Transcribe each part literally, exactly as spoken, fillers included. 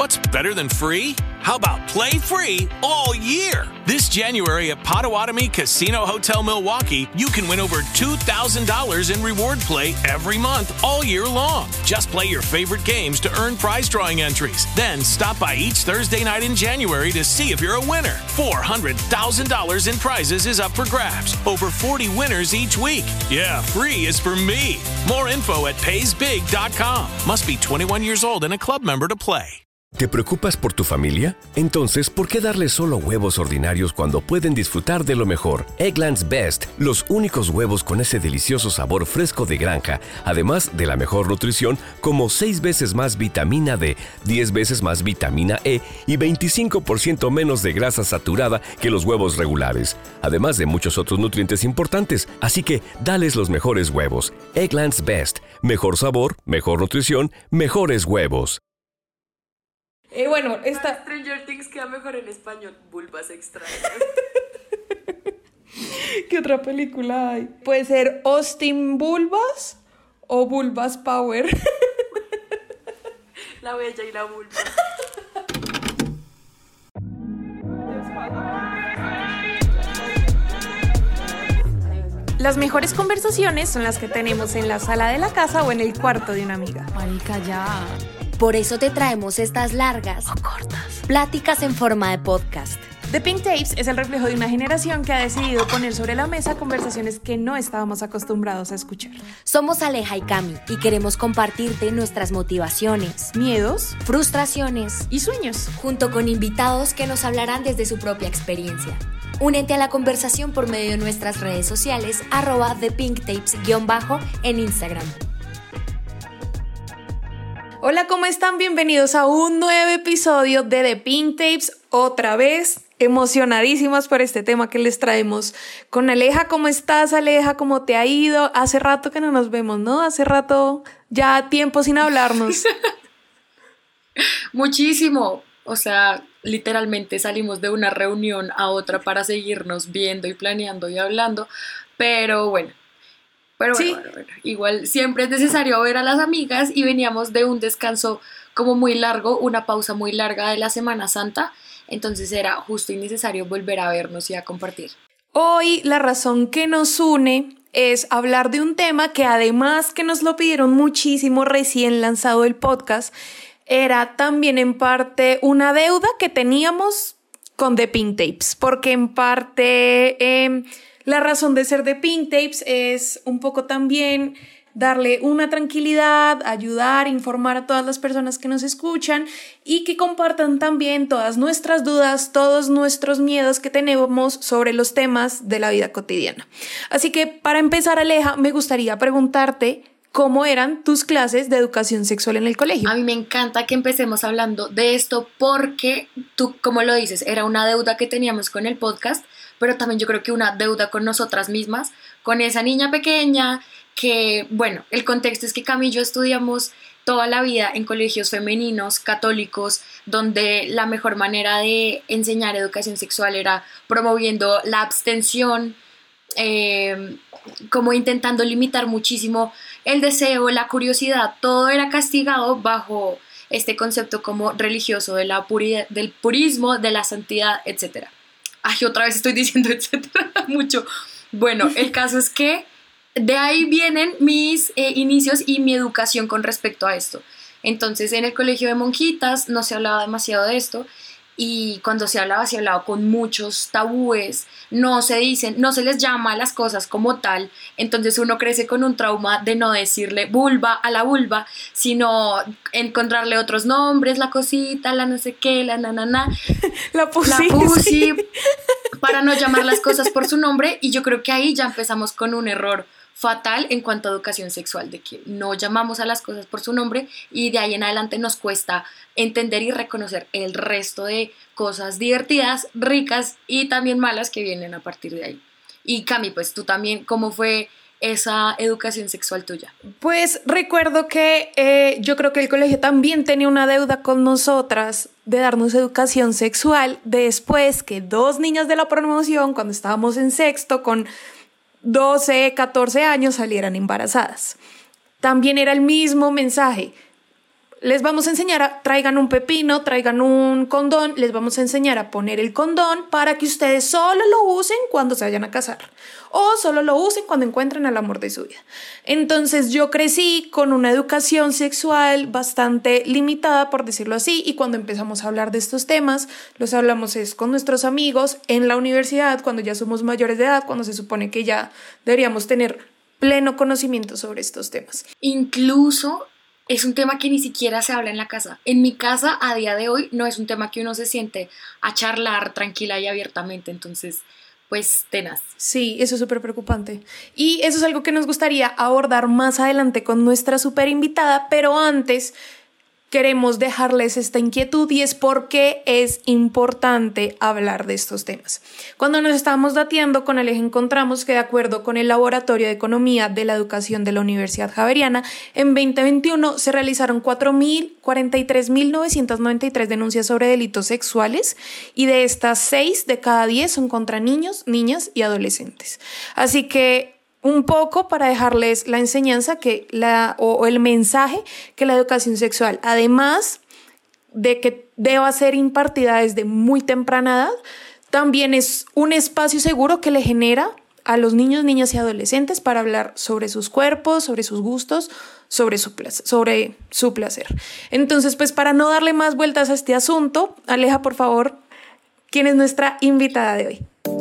What's better than free? How about play free all year? This January at Potawatomi Casino Hotel Milwaukee, you can win over two thousand dollars in reward play every month all year long. Just play your favorite games to earn prize drawing entries. Then stop by each Thursday night in January to see if you're a winner. four hundred thousand dollars in prizes is up for grabs. Over forty winners each week. Yeah, free is for me. More info at pays big dot com. Must be twenty-one years old and a club member to play. ¿Te preocupas por tu familia? Entonces, ¿por qué darles solo huevos ordinarios cuando pueden disfrutar de lo mejor? Eggland's Best, los únicos huevos con ese delicioso sabor fresco de granja, además de la mejor nutrición, como seis veces más vitamina D, diez veces más vitamina E y veinticinco por ciento menos de grasa saturada que los huevos regulares, además de muchos otros nutrientes importantes. Así que, dales los mejores huevos. Eggland's Best, mejor sabor, mejor nutrición, mejores huevos. Eh, bueno, esta... Stranger Things queda mejor en español. Vulvas extrañas. ¿Qué otra película hay? Puede ser Austin Bulbas o Bulbas Power. La bella y la vulva. Las mejores conversaciones son las que tenemos en la sala de la casa o en el cuarto de una amiga. Marica, ya. Por eso te traemos estas largas o cortas pláticas en forma de podcast. The Pink Tapes es el reflejo de una generación que ha decidido poner sobre la mesa conversaciones que no estábamos acostumbrados a escuchar. Somos Aleja y Cami y queremos compartirte nuestras motivaciones, miedos, frustraciones y sueños, junto con invitados que nos hablarán desde su propia experiencia. Únete a la conversación por medio de nuestras redes sociales, arroba ThePinkTapes guión bajo en Instagram. Hola, ¿cómo están? Bienvenidos a un nuevo episodio de The Pink Tapes. Otra vez, emocionadísimas por este tema que les traemos con Aleja. ¿Cómo estás, Aleja? ¿Cómo te ha ido? Hace rato que no nos vemos, ¿no? Hace rato, ya tiempo sin hablarnos. Muchísimo. O sea, literalmente salimos de una reunión a otra para seguirnos viendo y planeando y hablando. Pero bueno. Pero bueno, sí. bueno, bueno, igual siempre es necesario ver a las amigas y veníamos de un descanso como muy largo, una pausa muy larga de la Semana Santa, entonces era justo y necesario volver a vernos y a compartir. Hoy la razón que nos une es hablar de un tema que además que nos lo pidieron muchísimo recién lanzado el podcast, era también en parte una deuda que teníamos con The Pink Tapes, porque en parte... Eh, La razón de ser de Pink Tapes es un poco también darle una tranquilidad, ayudar, informar a todas las personas que nos escuchan y que compartan también todas nuestras dudas, todos nuestros miedos que tenemos sobre los temas de la vida cotidiana. Así que para empezar, Aleja, me gustaría preguntarte cómo eran tus clases de educación sexual en el colegio. A mí me encanta que empecemos hablando de esto porque tú, como lo dices, era una deuda que teníamos con el podcast, pero también yo creo que una deuda con nosotras mismas, con esa niña pequeña que, bueno, el contexto es que Cami y yo estudiamos toda la vida en colegios femeninos, católicos, donde la mejor manera de enseñar educación sexual era promoviendo la abstención, eh, como intentando limitar muchísimo el deseo, la curiosidad, todo era castigado bajo este concepto como religioso de la puridad, del purismo, de la santidad, etcétera. Ay, otra vez estoy diciendo etcétera mucho. Bueno, el caso es que de ahí vienen mis eh, inicios y mi educación con respecto a esto. Entonces, en el colegio de monjitas no se hablaba demasiado de esto y cuando se hablaba, se hablaba con muchos tabúes, no se dicen, no se les llama a las cosas como tal, entonces uno crece con un trauma de no decirle vulva a la vulva, sino encontrarle otros nombres, la cosita, la no sé qué, la nanana, la pussy, la pussy, para no llamar las cosas por su nombre, y yo creo que ahí ya empezamos con un error fatal en cuanto a educación sexual, de que no llamamos a las cosas por su nombre y de ahí en adelante nos cuesta entender y reconocer el resto de cosas divertidas, ricas y también malas que vienen a partir de ahí. Y Cami, pues tú también, ¿cómo fue esa educación sexual tuya? Pues recuerdo que eh, yo creo que el colegio también tenía una deuda con nosotras de darnos educación sexual después que dos niñas de la promoción, cuando estábamos en sexto con doce, catorce años, salieran embarazadas. También era el mismo mensaje. les vamos a enseñar a, traigan un pepino, traigan un condón, les vamos a enseñar a poner el condón para que ustedes solo lo usen cuando se vayan a casar o solo lo usen cuando encuentren al amor de su vida. Entonces yo crecí con una educación sexual bastante limitada, por decirlo así, y cuando empezamos a hablar de estos temas, los hablamos es con nuestros amigos en la universidad, cuando ya somos mayores de edad, cuando se supone que ya deberíamos tener pleno conocimiento sobre estos temas. Incluso es un tema que ni siquiera se habla en la casa. En mi casa, a día de hoy, no es un tema que uno se siente a charlar tranquila y abiertamente. Entonces, pues, tenaz. Sí, eso es súper preocupante. Y eso es algo que nos gustaría abordar más adelante con nuestra súper invitada, pero antes queremos dejarles esta inquietud y es por qué es importante hablar de estos temas. Cuando nos estábamos dateando con Aleja encontramos que de acuerdo con el Laboratorio de Economía de la Educación de la Universidad Javeriana, en veinte veintiuno se realizaron cuarenta y tres mil novecientas noventa y tres denuncias sobre delitos sexuales y de estas seis de cada diez son contra niños, niñas y adolescentes. Así que un poco para dejarles la enseñanza que la, o, o el mensaje que la educación sexual, además de que deba ser impartida desde muy temprana edad, también es un espacio seguro que le genera a los niños, niñas y adolescentes para hablar sobre sus cuerpos, sobre sus gustos, sobre su placer, sobre su placer. Entonces, pues para no darle más vueltas a este asunto, Aleja, por favor, ¿quién es nuestra invitada de hoy?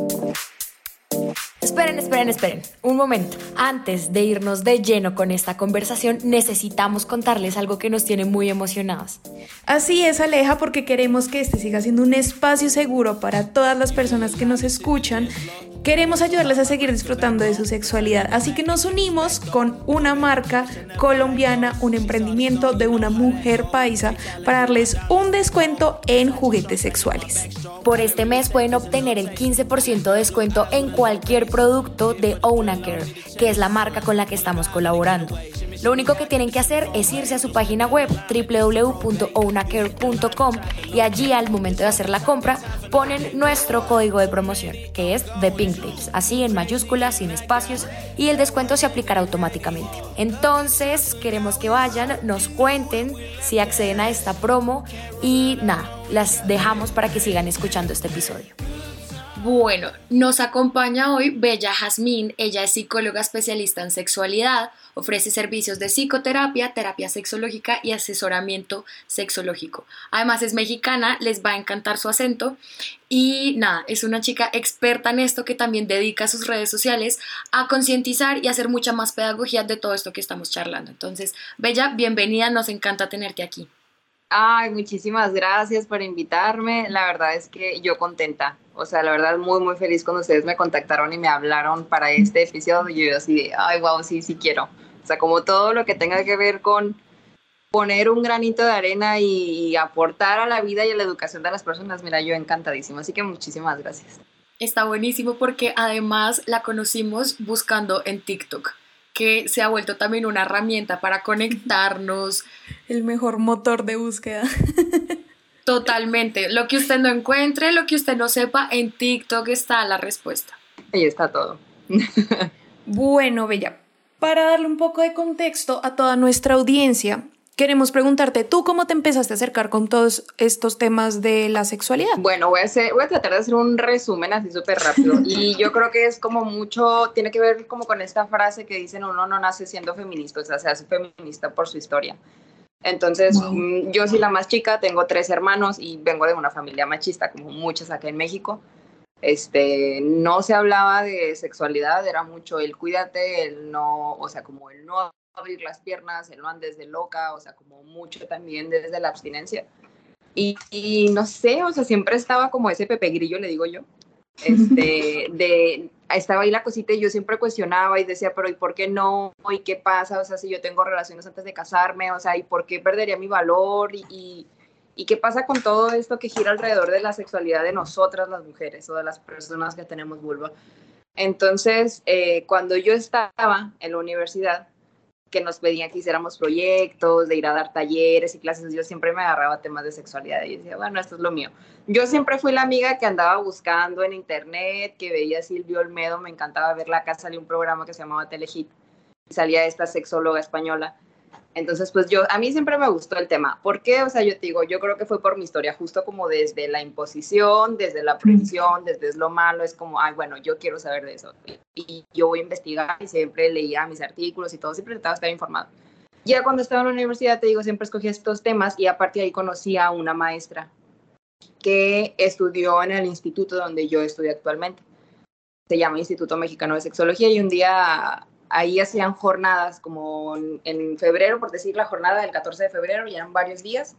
Esperen, esperen, esperen. Un momento. Antes de irnos de lleno con esta conversación, necesitamos contarles algo que nos tiene muy emocionados. Así es, Aleja, porque queremos que este siga siendo un espacio seguro para todas las personas que nos escuchan. Queremos ayudarles a seguir disfrutando de su sexualidad, así que nos unimos con una marca colombiana, un emprendimiento de una mujer paisa para darles un descuento en juguetes sexuales. Por este mes pueden obtener el quince por ciento de descuento en cualquier producto de Ownacare, que es la marca con la que estamos colaborando. Lo único que tienen que hacer es irse a su página web doble u doble u doble u punto ownacare punto com y allí al momento de hacer la compra ponen nuestro código de promoción, que es The Pink Tapes, así en mayúsculas, sin espacios, y el descuento se aplicará automáticamente. Entonces queremos que vayan, nos cuenten si acceden a esta promo y nada, las dejamos para que sigan escuchando este episodio. Bueno, nos acompaña hoy Bella Jazmín. Ella es psicóloga especialista en sexualidad, ofrece servicios de psicoterapia, terapia sexológica y asesoramiento sexológico. Además es mexicana, les va a encantar su acento y nada, es una chica experta en esto que también dedica sus redes sociales a concientizar y hacer mucha más pedagogía de todo esto que estamos charlando. Entonces, Bella, bienvenida, nos encanta tenerte aquí. Ay, muchísimas gracias por invitarme. La verdad es que yo contenta. O sea, la verdad muy, muy feliz cuando ustedes me contactaron y me hablaron para este episodio. Y yo así de, ay, wow, sí, sí quiero. O sea, como todo lo que tenga que ver con poner un granito de arena y, y aportar a la vida y a la educación de las personas, mira, yo encantadísima. Así que muchísimas gracias. Está buenísimo porque además la conocimos buscando en TikTok, que se ha vuelto también una herramienta para conectarnos. El mejor motor de búsqueda. Totalmente. Lo que usted no encuentre, lo que usted no sepa, en TikTok está la respuesta. Ahí está todo. Bueno, Bella, para darle un poco de contexto a toda nuestra audiencia, queremos preguntarte, ¿tú cómo te empezaste a acercar con todos estos temas de la sexualidad? Bueno, voy a, hacer, voy a tratar de hacer un resumen así súper rápido. Y yo creo que es como mucho, tiene que ver como con esta frase que dicen, uno no nace siendo feminista, o sea, se hace feminista por su historia. Entonces, wow. Yo soy la más chica, tengo tres hermanos y vengo de una familia machista, como muchas acá en México. Este, no se hablaba de sexualidad, era mucho el cuídate, el no, o sea, como el no abrir las piernas, el no andes de loca, o sea, como mucho también desde la abstinencia. Y, y no sé, o sea, siempre estaba como ese Pepe Grillo, le digo yo, este, de, estaba ahí la cosita y yo siempre cuestionaba y decía, pero ¿y por qué no? ¿Y qué pasa? O sea, si yo tengo relaciones antes de casarme, o sea, ¿y por qué perdería mi valor? Y, y, ¿y qué pasa con todo esto que gira alrededor de la sexualidad de nosotras las mujeres o de las personas que tenemos vulva? Entonces, eh, cuando yo estaba en la universidad, que nos pedían que hiciéramos proyectos, de ir a dar talleres y clases, yo siempre me agarraba a temas de sexualidad y decía, bueno, esto es lo mío. Yo siempre fui la amiga que andaba buscando en internet, que veía a Silvia Olmedo, me encantaba verla, acá salió un programa que se llamaba Telehit, y salía esta sexóloga española, Entonces, pues yo, a mí siempre me gustó el tema. ¿Por qué? O sea, yo te digo, yo creo que fue por mi historia, justo como desde la imposición, desde la prohibición, desde es lo malo, es como, ay, bueno, yo quiero saber de eso. Y yo voy a investigar y siempre leía mis artículos y todo, siempre trataba de estar informado. Ya cuando estaba en la universidad, te digo, siempre escogí estos temas y a partir de ahí conocí a una maestra que estudió en el instituto donde yo estudio actualmente. Se llama Instituto Mexicano de Sexología y un día ahí hacían jornadas como en febrero, por decir la jornada del catorce de febrero, y eran varios días,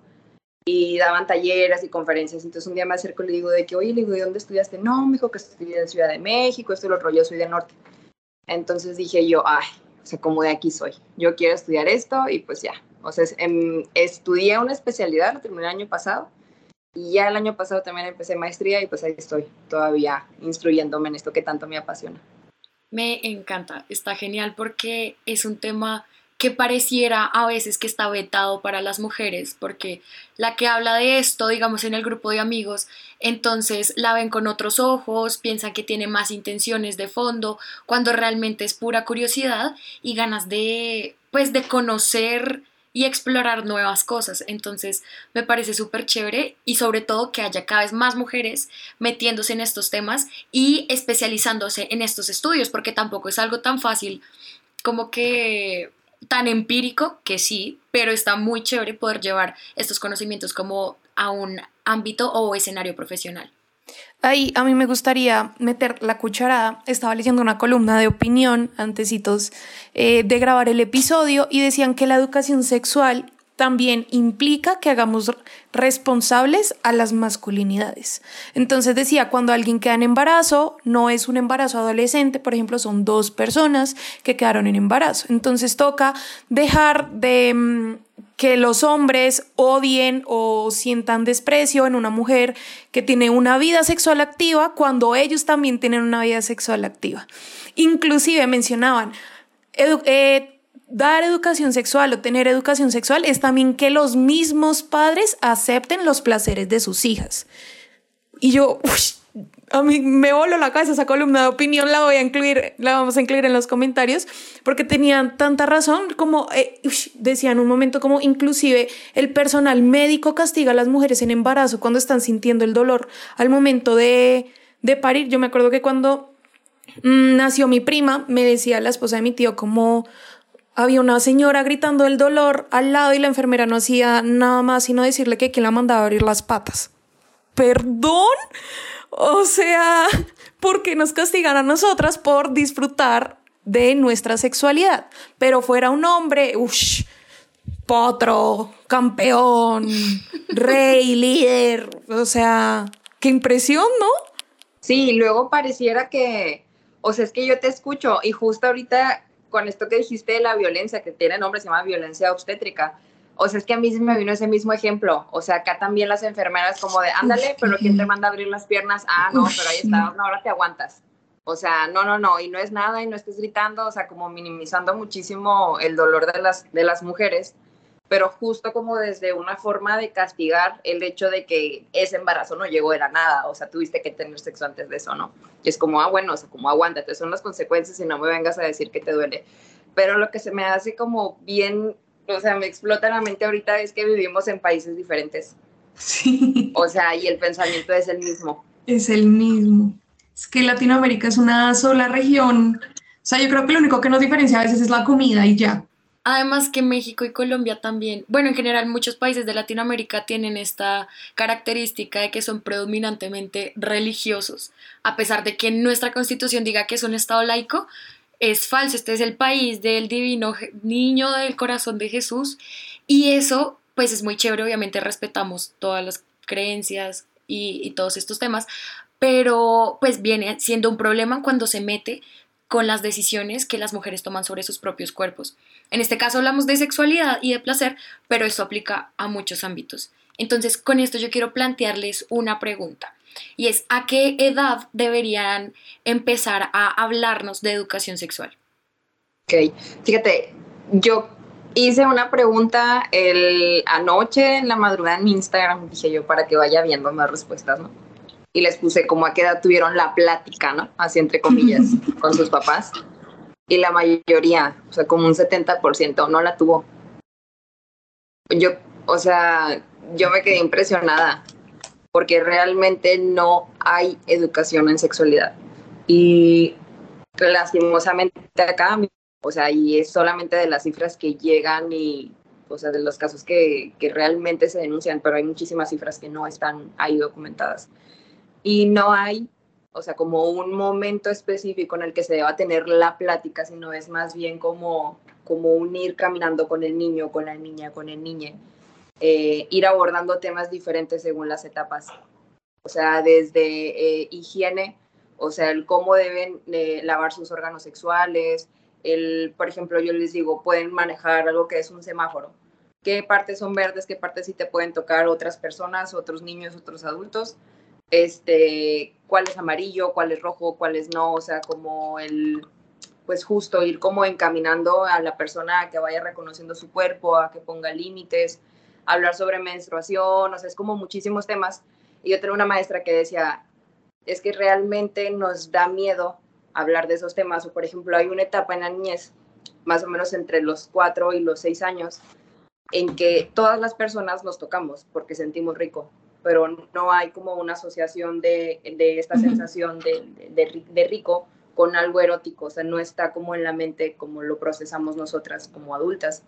y daban talleres y conferencias. Entonces un día me acerco y le digo de que, oye, le digo, ¿de dónde estudiaste? No, me dijo que estudié en Ciudad de México, esto y lo otro, yo soy del norte. Entonces dije yo, ay, o sea, como de aquí soy, yo quiero estudiar esto, y pues ya. O sea, em, estudié una especialidad, lo terminé el año pasado, y ya el año pasado también empecé maestría, y pues ahí estoy, todavía instruyéndome en esto que tanto me apasiona. Me encanta, está genial porque es un tema que pareciera a veces que está vetado para las mujeres, porque la que habla de esto, digamos en el grupo de amigos, entonces la ven con otros ojos, piensan que tiene más intenciones de fondo, cuando realmente es pura curiosidad y ganas de, pues, de conocer y explorar nuevas cosas. Entonces me parece súper chévere y sobre todo que haya cada vez más mujeres metiéndose en estos temas y especializándose en estos estudios, porque tampoco es algo tan fácil como que tan empírico, que sí, pero está muy chévere poder llevar estos conocimientos como a un ámbito o escenario profesional. Ahí a mí me gustaría meter la cucharada. Estaba leyendo una columna de opinión antecitos eh, de grabar el episodio y decían que la educación sexual también implica que hagamos responsables a las masculinidades. Entonces decía, cuando alguien queda en embarazo, no es un embarazo adolescente, por ejemplo, son dos personas que quedaron en embarazo. Entonces toca dejar de mmm, que los hombres odien o sientan desprecio en una mujer que tiene una vida sexual activa cuando ellos también tienen una vida sexual activa. Inclusive mencionaban, edu- eh, dar educación sexual o tener educación sexual es también que los mismos padres acepten los placeres de sus hijas. Y yo, uy, a mí me voló la cabeza esa columna de opinión, la voy a incluir, la vamos a incluir en los comentarios, porque tenían tanta razón, como eh, uy, decían un momento como inclusive el personal médico castiga a las mujeres en embarazo cuando están sintiendo el dolor al momento de, de parir. Yo me acuerdo que cuando mmm, nació mi prima, me decía la esposa de mi tío como había una señora gritando el dolor al lado y la enfermera no hacía nada más sino decirle que quien la mandaba a abrir las patas. ¿Perdón? O sea, ¿por qué nos castigan a nosotras por disfrutar de nuestra sexualidad? Pero fuera un hombre, uff, potro, campeón, rey, líder, o sea, qué impresión, ¿no? Sí, y luego pareciera que, o sea, es que yo te escucho y justo ahorita con esto que dijiste de la violencia, que tiene nombre, se llama violencia obstétrica. O sea, es que a mí se me vino ese mismo ejemplo. O sea, acá también las enfermeras como de, ándale, pero ¿quién te manda a abrir las piernas? Ah, no, pero ahí está, una hora te aguantas. O sea, no, no, no, y no es nada, y no estés gritando, o sea, como minimizando muchísimo el dolor de las, de las mujeres, pero justo como desde una forma de castigar el hecho de que ese embarazo no llegó de la nada, o sea, tuviste que tener sexo antes de eso, ¿no? Y es como, ah, bueno, o sea, como aguántate, son las consecuencias y no me vengas a decir que te duele. Pero lo que se me hace como bien, o sea, me explota la mente ahorita es que vivimos en países diferentes. Sí. O sea, y el pensamiento es el mismo. Es el mismo. Es que Latinoamérica es una sola región. O sea, yo creo que lo único que nos diferencia a veces es la comida y ya. Además que México y Colombia también, bueno, en general muchos países de Latinoamérica tienen esta característica de que son predominantemente religiosos, a pesar de que nuestra constitución diga que es un estado laico, es falso. Este es el país del divino niño del corazón de Jesús y eso pues es muy chévere, obviamente respetamos todas las creencias y, y todos estos temas, pero pues viene siendo un problema cuando se mete con las decisiones que las mujeres toman sobre sus propios cuerpos. En este caso hablamos de sexualidad y de placer, pero esto aplica a muchos ámbitos. Entonces, con esto yo quiero plantearles una pregunta, y es, ¿a qué edad deberían empezar a hablarnos de educación sexual? Ok, fíjate, yo hice una pregunta el, anoche en la madrugada en mi Instagram, dije yo, para que vaya viendo más respuestas, ¿no? Y les puse como a qué edad tuvieron la plática, ¿no? Así entre comillas, con sus papás. Y la mayoría, o sea, como un setenta por ciento no la tuvo. yo, o sea, yo me quedé impresionada porque realmente no hay educación en sexualidad. Y lastimosamente acá, o sea, y es solamente de las cifras que llegan y, o sea, de los casos que, que realmente se denuncian, pero hay muchísimas cifras que no están ahí documentadas. Y no hay, o sea, como un momento específico en el que se deba tener la plática, sino es más bien como, como un ir caminando con el niño, con la niña, con el niño, eh, ir abordando temas diferentes según las etapas. O sea, desde eh, higiene, o sea, el cómo deben eh, lavar sus órganos sexuales, el, por ejemplo, yo les digo, pueden manejar algo que es un semáforo. ¿Qué partes son verdes? ¿Qué partes sí te pueden tocar otras personas, otros niños, otros adultos? Este, ¿cuál es amarillo? ¿Cuál es rojo? ¿Cuál es no? O sea, como el, pues justo ir como encaminando a la persona a que vaya reconociendo su cuerpo, a que ponga límites, hablar sobre menstruación, o sea, es como muchísimos temas. Y yo tenía una maestra que decía, es que realmente nos da miedo hablar de esos temas. O, por ejemplo, hay una etapa en la niñez, más o menos entre los cuatro y los seis años, en que todas las personas nos tocamos porque sentimos rico, pero no hay como una asociación de, de esta sensación de, de, de rico con algo erótico. O sea, no está como en la mente como lo procesamos nosotras como adultas.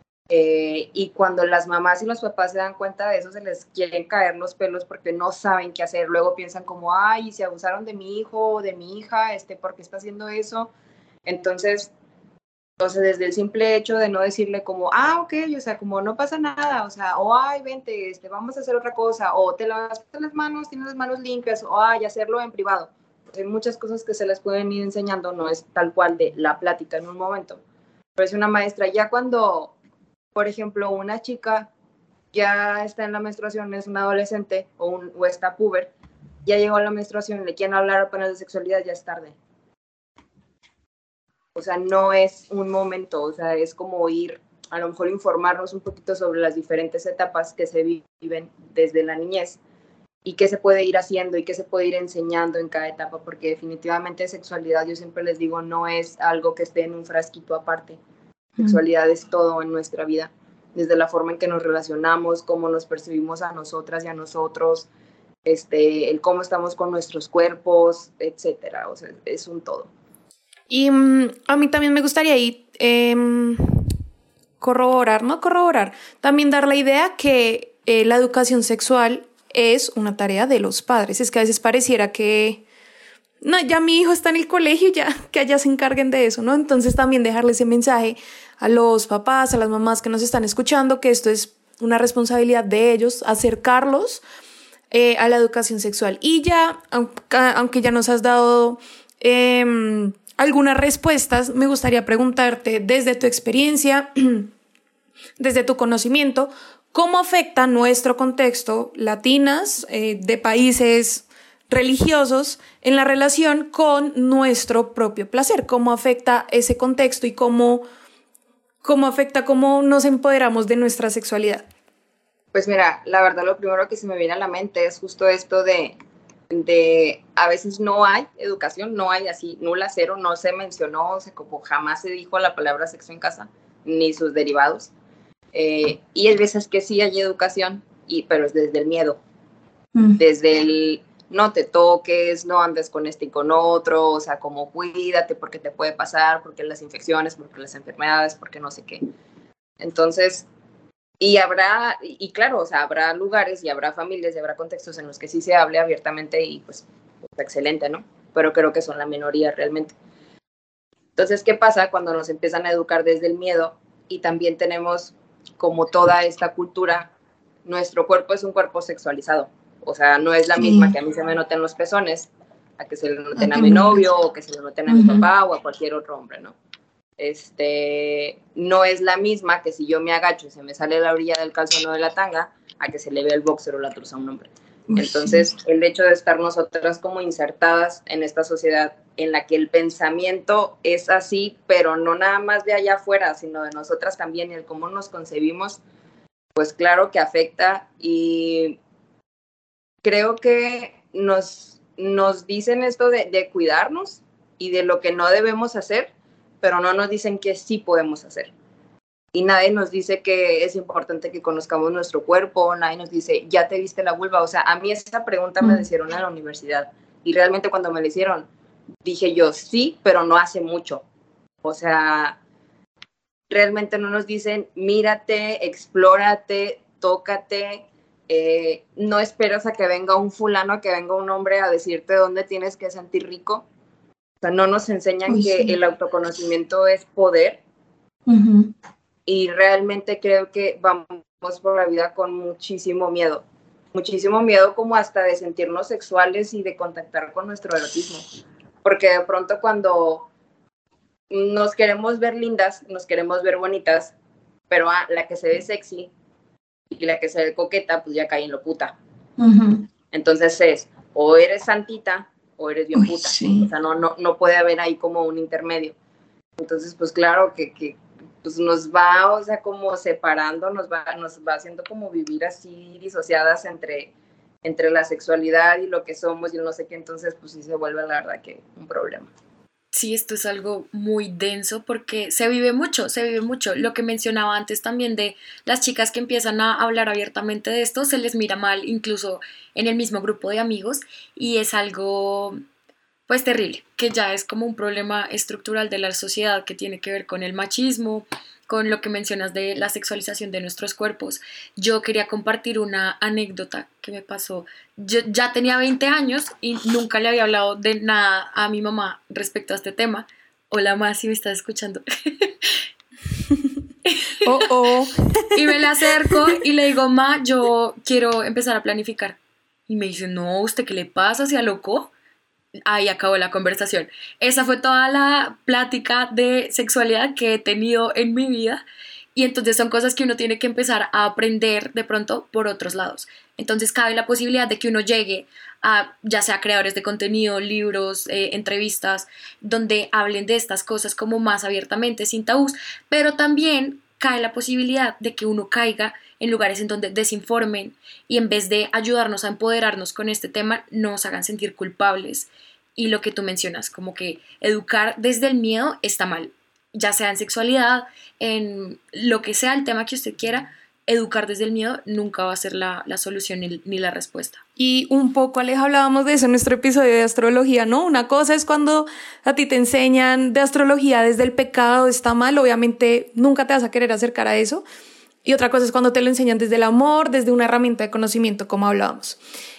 Eh, y cuando las mamás y los papás se dan cuenta de eso, se les quieren caer los pelos porque no saben qué hacer. Luego piensan como, ay, se abusaron de mi hijo o de mi hija, este, ¿por qué está haciendo eso? Entonces, entonces, desde el simple hecho de no decirle como, ah, ok, o sea, como no pasa nada, o sea, o ay, vente, este, vamos a hacer otra cosa, o te lavas las manos, tienes las manos limpias, o ay, hacerlo en privado. Hay muchas cosas que se les pueden ir enseñando, no es tal cual de la plática en un momento. Pero es una maestra, ya cuando, por ejemplo, una chica ya está en la menstruación, es una adolescente o, un, o está puber, ya llegó a la menstruación, le quieren hablar apenas de sexualidad, ya es tarde. O sea, no es un momento, o sea, es como ir, a lo mejor informarnos un poquito sobre las diferentes etapas que se viven desde la niñez y qué se puede ir haciendo y qué se puede ir enseñando en cada etapa, porque definitivamente sexualidad, yo siempre les digo, no es algo que esté en un frasquito aparte. Sexualidad es todo en nuestra vida, desde la forma en que nos relacionamos, cómo nos percibimos a nosotras y a nosotros, este, el cómo estamos con nuestros cuerpos, etcétera. O sea, es un todo. Y um, a mí también me gustaría ir, eh, corroborar, no corroborar, también dar la idea que eh, la educación sexual es una tarea de los padres. Es que a veces pareciera que no, ya mi hijo está en el colegio, ya que allá se encarguen de eso, ¿no? Entonces también dejarle ese mensaje a los papás, a las mamás que nos están escuchando, que esto es una responsabilidad de ellos, acercarlos eh, a la educación sexual. Y ya, aunque, aunque ya nos has dado eh, algunas respuestas, me gustaría preguntarte desde tu experiencia, desde tu conocimiento, ¿cómo afecta nuestro contexto, latinas, eh, de países religiosos, en la relación con nuestro propio placer? ¿Cómo afecta ese contexto y cómo, cómo afecta cómo nos empoderamos de nuestra sexualidad? Pues mira, la verdad lo primero que se me viene a la mente es justo esto de, de a veces no hay educación, no hay así nula, cero, no se mencionó, o sea, como jamás se dijo la palabra sexo en casa, ni sus derivados. Eh, y hay veces que sí hay educación, y, pero es desde el miedo, mm. desde el no te toques, no andes con este y con otro, o sea, como cuídate porque te puede pasar, porque las infecciones, porque las enfermedades, porque no sé qué. Entonces, y habrá, y claro, o sea, habrá lugares y habrá familias y habrá contextos en los que sí se hable abiertamente y pues, pues excelente, ¿no? Pero creo que son la minoría realmente. Entonces, ¿qué pasa cuando nos empiezan a educar desde el miedo y también tenemos como toda esta cultura? Nuestro cuerpo es un cuerpo sexualizado. O sea, no es la misma que a mí se me noten los pezones, a que se le noten a mi novio, o que se le noten a mi papá o a cualquier otro hombre, ¿no? Este, no es la misma que si yo me agacho y se me sale la orilla del calzón o de la tanga, a que se le vea el boxer o la truza a un hombre. Entonces, el hecho de estar nosotras como insertadas en esta sociedad en la que el pensamiento es así, pero no nada más de allá afuera, sino de nosotras también, y el cómo nos concebimos, pues claro que afecta. Y creo que nos, nos dicen esto de, de cuidarnos y de lo que no debemos hacer, pero no nos dicen que sí podemos hacer. y nadie nos dice que es importante que conozcamos nuestro cuerpo, nadie nos dice, ¿ya te viste la vulva? O sea, a mí esa pregunta me la hicieron en la universidad y realmente cuando me la hicieron dije yo, sí, pero no hace mucho. O sea, realmente no nos dicen, mírate, explórate, tócate, eh, no esperas a que venga un fulano, a que venga un hombre a decirte dónde tienes que sentir rico. O sea, no nos enseñan Uy, que sí. el autoconocimiento es poder. Uh-huh. Y realmente creo que vamos por la vida con muchísimo miedo. Muchísimo miedo como hasta de sentirnos sexuales y de contactar con nuestro erotismo. Porque de pronto cuando nos queremos ver lindas, nos queremos ver bonitas, pero ah, la que se ve sexy y la que se ve coqueta, pues ya cae en lo puta. Uh-huh. Entonces es, o eres santita o eres bien Uy, puta. Sí. O sea, no, no, no puede haber ahí como un intermedio. Entonces, pues claro que... que pues nos va, o sea, como separando, nos va, nos va haciendo como vivir así disociadas entre, entre la sexualidad y lo que somos y no sé qué, entonces pues sí se vuelve la verdad que un problema. Sí, esto es algo muy denso porque se vive mucho, se vive mucho. Lo que mencionaba antes también de las chicas que empiezan a hablar abiertamente de esto, se les mira mal incluso en el mismo grupo de amigos y es algo... pues terrible, que ya es como un problema estructural de la sociedad que tiene que ver con el machismo, con lo que mencionas de la sexualización de nuestros cuerpos. Yo quería compartir una anécdota que me pasó. Yo ya tenía veinte años y nunca le había hablado de nada a mi mamá respecto a este tema. Hola, ma, si me estás escuchando. Oh, oh. Y me le acerco y le digo, ma, yo quiero empezar a planificar. Y me dice, no, ¿usted qué le pasa? ¿Se alocó? Ahí acabó la conversación. Esa fue toda la plática de sexualidad que he tenido en mi vida y entonces son cosas que uno tiene que empezar a aprender de pronto por otros lados. Entonces cabe la posibilidad de que uno llegue a ya sea creadores de contenido, libros, eh, entrevistas, donde hablen de estas cosas como más abiertamente, sin tabús, pero también cae la posibilidad de que uno caiga en lugares en donde desinformen y en vez de ayudarnos a empoderarnos con este tema, nos hagan sentir culpables. Y lo que tú mencionas, como que educar desde el miedo está mal, ya sea en sexualidad, en lo que sea el tema que usted quiera, educar desde el miedo nunca va a ser la, la solución ni, ni la respuesta. Y un poco, Aleja, hablábamos de eso en nuestro episodio de astrología, ¿no? Una cosa es cuando a ti te enseñan de astrología desde el pecado, está mal, obviamente nunca te vas a querer acercar a eso. Y otra cosa es cuando te lo enseñan desde el amor, desde una herramienta de conocimiento, como hablábamos.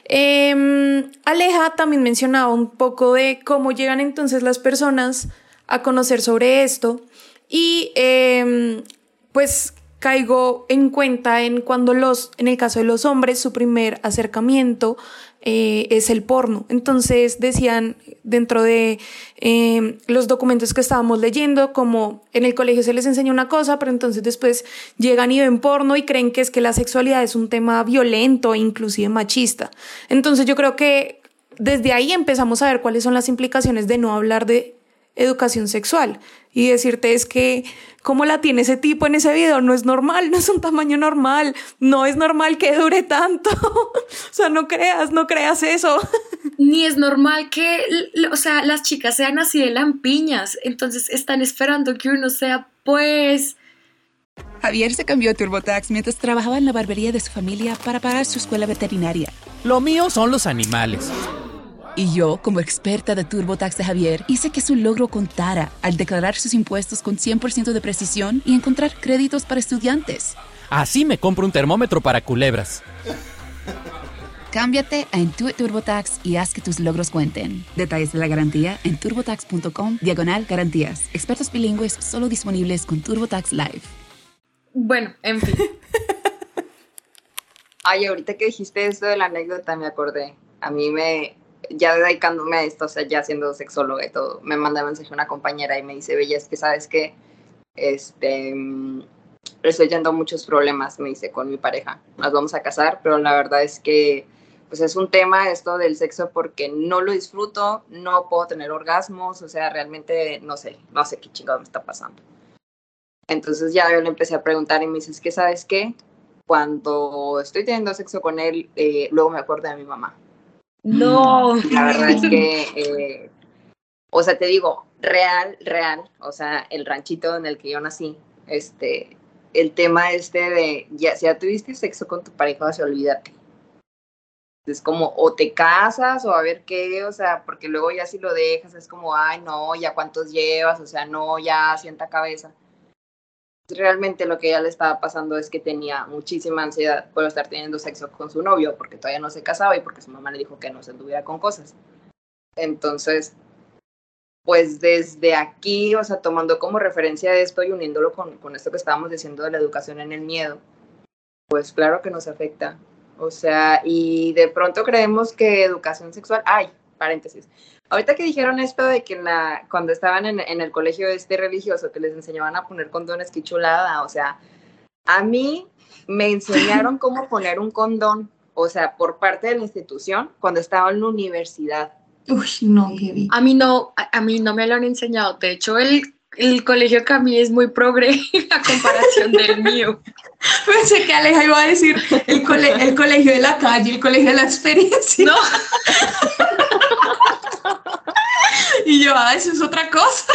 Eh, Aleja también mencionaba un poco de cómo llegan entonces las personas a conocer sobre esto. Y eh, pues caigo en cuenta en cuando los, en el caso de los hombres, su primer acercamiento eh, es el porno. Entonces decían dentro de eh, los documentos que estábamos leyendo, como en el colegio se les enseña una cosa, pero entonces después llegan y ven porno y creen que es que la sexualidad es un tema violento e inclusive machista. Entonces yo creo que desde ahí empezamos a ver cuáles son las implicaciones de no hablar de educación sexual y decirte es que cómo la tiene ese tipo en ese video, no es normal, no es un tamaño normal, no es normal que dure tanto. O sea, no creas, no creas eso. Ni es normal que, o sea, las chicas sean así de lampiñas, entonces están esperando que uno sea, pues... Javier se cambió a TurboTax mientras trabajaba en la barbería de su familia para pagar su escuela veterinaria. Lo mío son los animales. Y yo, como experta de TurboTax de Javier, hice que su logro contara al declarar sus impuestos con cien por ciento de precisión y encontrar créditos para estudiantes. Así me compro un termómetro para culebras. Cámbiate a Intuit TurboTax y haz que tus logros cuenten. Detalles de la garantía en turbotax.com diagonal garantías. Expertos bilingües solo disponibles con TurboTax Live. Bueno, en fin. Ay, ahorita que dijiste esto de la anécdota me acordé. A mí me... ya dedicándome a esto, o sea, ya siendo sexóloga y todo, me manda mensaje una compañera y me dice, Bella, es que sabes que este, estoy yendo a muchos problemas, me dice, con mi pareja, nos vamos a casar, pero la verdad es que pues es un tema esto del sexo porque no lo disfruto, no puedo tener orgasmos, o sea, realmente no sé, no sé qué chingado me está pasando. Entonces ya yo le empecé a preguntar y me dice, es que ¿sabes qué? Cuando estoy teniendo sexo con él, eh, luego me acuerdo de mi mamá. No. La verdad es que, eh, o sea, te digo, real, real, o sea, el ranchito en el que yo nací, este, el tema este de, ya, si ya tuviste sexo con tu pareja, o sea, olvídate. Es como, o te casas, o a ver qué, o sea, porque luego ya si lo dejas, es como, ay, no, ya cuántos llevas, o sea, no, ya sienta cabeza. Realmente lo que ella le estaba pasando es que tenía muchísima ansiedad por estar teniendo sexo con su novio, porque todavía no se casaba y porque su mamá le dijo que no se anduviera con cosas. Entonces, pues desde aquí, o sea, tomando como referencia esto y uniéndolo con, con esto que estábamos diciendo de la educación en el miedo, pues claro que nos afecta. O sea, y de pronto creemos que educación sexual, ay, paréntesis, ahorita que dijeron esto de que en la, cuando estaban en, en el colegio este religioso, que les enseñaban a poner condones, qué chulada, o sea, a mí me enseñaron cómo poner un condón, o sea, por parte de la institución, cuando estaba en la universidad. Uy, no, qué bien. A mí no, a, a mí no me lo han enseñado. De hecho, el, el colegio que a mí es muy progre a comparación del mío. Pensé que Aleja iba a decir el, cole, el colegio de la calle, el colegio de la experiencia. No. Y yo, ah, eso es otra cosa.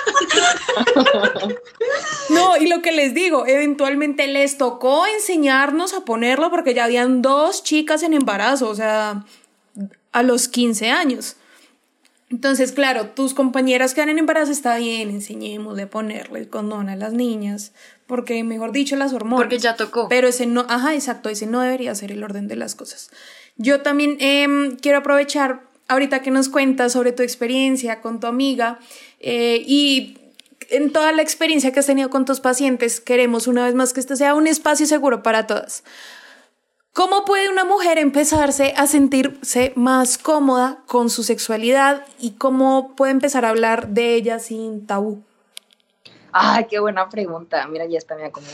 No, y lo que les digo, eventualmente les tocó enseñarnos a ponerlo porque ya habían dos chicas en embarazo, o sea, a los quince años. Entonces, claro, tus compañeras que en embarazo, está bien, enseñemos de ponerle el condón a las niñas, porque, mejor dicho, las hormonas. Porque ya tocó. Pero ese no, ajá, exacto, ese no debería ser el orden de las cosas. Yo también eh, quiero aprovechar, ahorita que nos cuentas sobre tu experiencia con tu amiga, eh, y en toda la experiencia que has tenido con tus pacientes, queremos una vez más que este sea un espacio seguro para todas. ¿Cómo puede una mujer empezarse a sentirse más cómoda con su sexualidad y cómo puede empezar a hablar de ella sin tabú? Ay, qué buena pregunta. Mira, ya está me acomodó.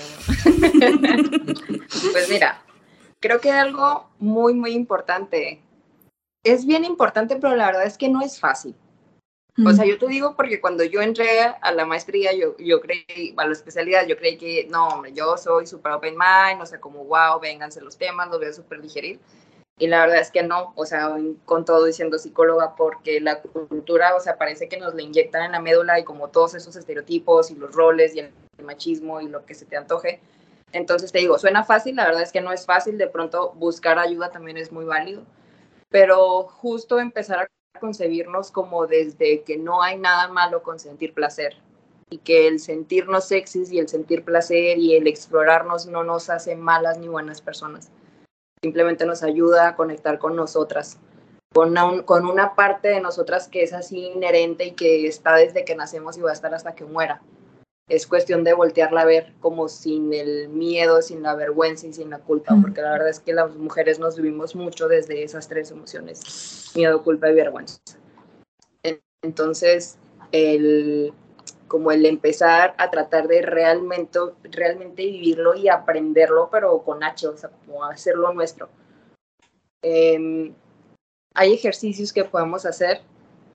Pues mira, creo que algo muy, muy importante. Es bien importante, pero la verdad es que no es fácil. O sea, yo te digo porque cuando yo entré a la maestría, yo, yo creí, a la especialidad, yo creí que, no, hombre, yo soy súper open mind, o sea, como, wow, vénganse los temas, los voy a súper digerir. Y la verdad es que no, o sea, con todo diciendo psicóloga, porque la cultura, o sea, parece que nos la inyectan en la médula y como todos esos estereotipos y los roles y el machismo y lo que se te antoje. Entonces te digo, suena fácil, la verdad es que no es fácil, de pronto buscar ayuda también es muy válido, pero justo empezar a concebirnos como desde que no hay nada malo con sentir placer y que el sentirnos sexys y el sentir placer y el explorarnos no nos hace malas ni buenas personas, simplemente nos ayuda a conectar con nosotras, con una, con una parte de nosotras que es así inherente y que está desde que nacemos y va a estar hasta que muera. Es cuestión de voltearla a ver como sin el miedo, sin la vergüenza y sin la culpa, porque la verdad es que las mujeres nos vivimos mucho desde esas tres emociones, miedo, culpa y vergüenza. Entonces, el, como el empezar a tratar de realmente, realmente vivirlo y aprenderlo, pero con H, o sea, como hacerlo nuestro. Eh, hay ejercicios que podemos hacer.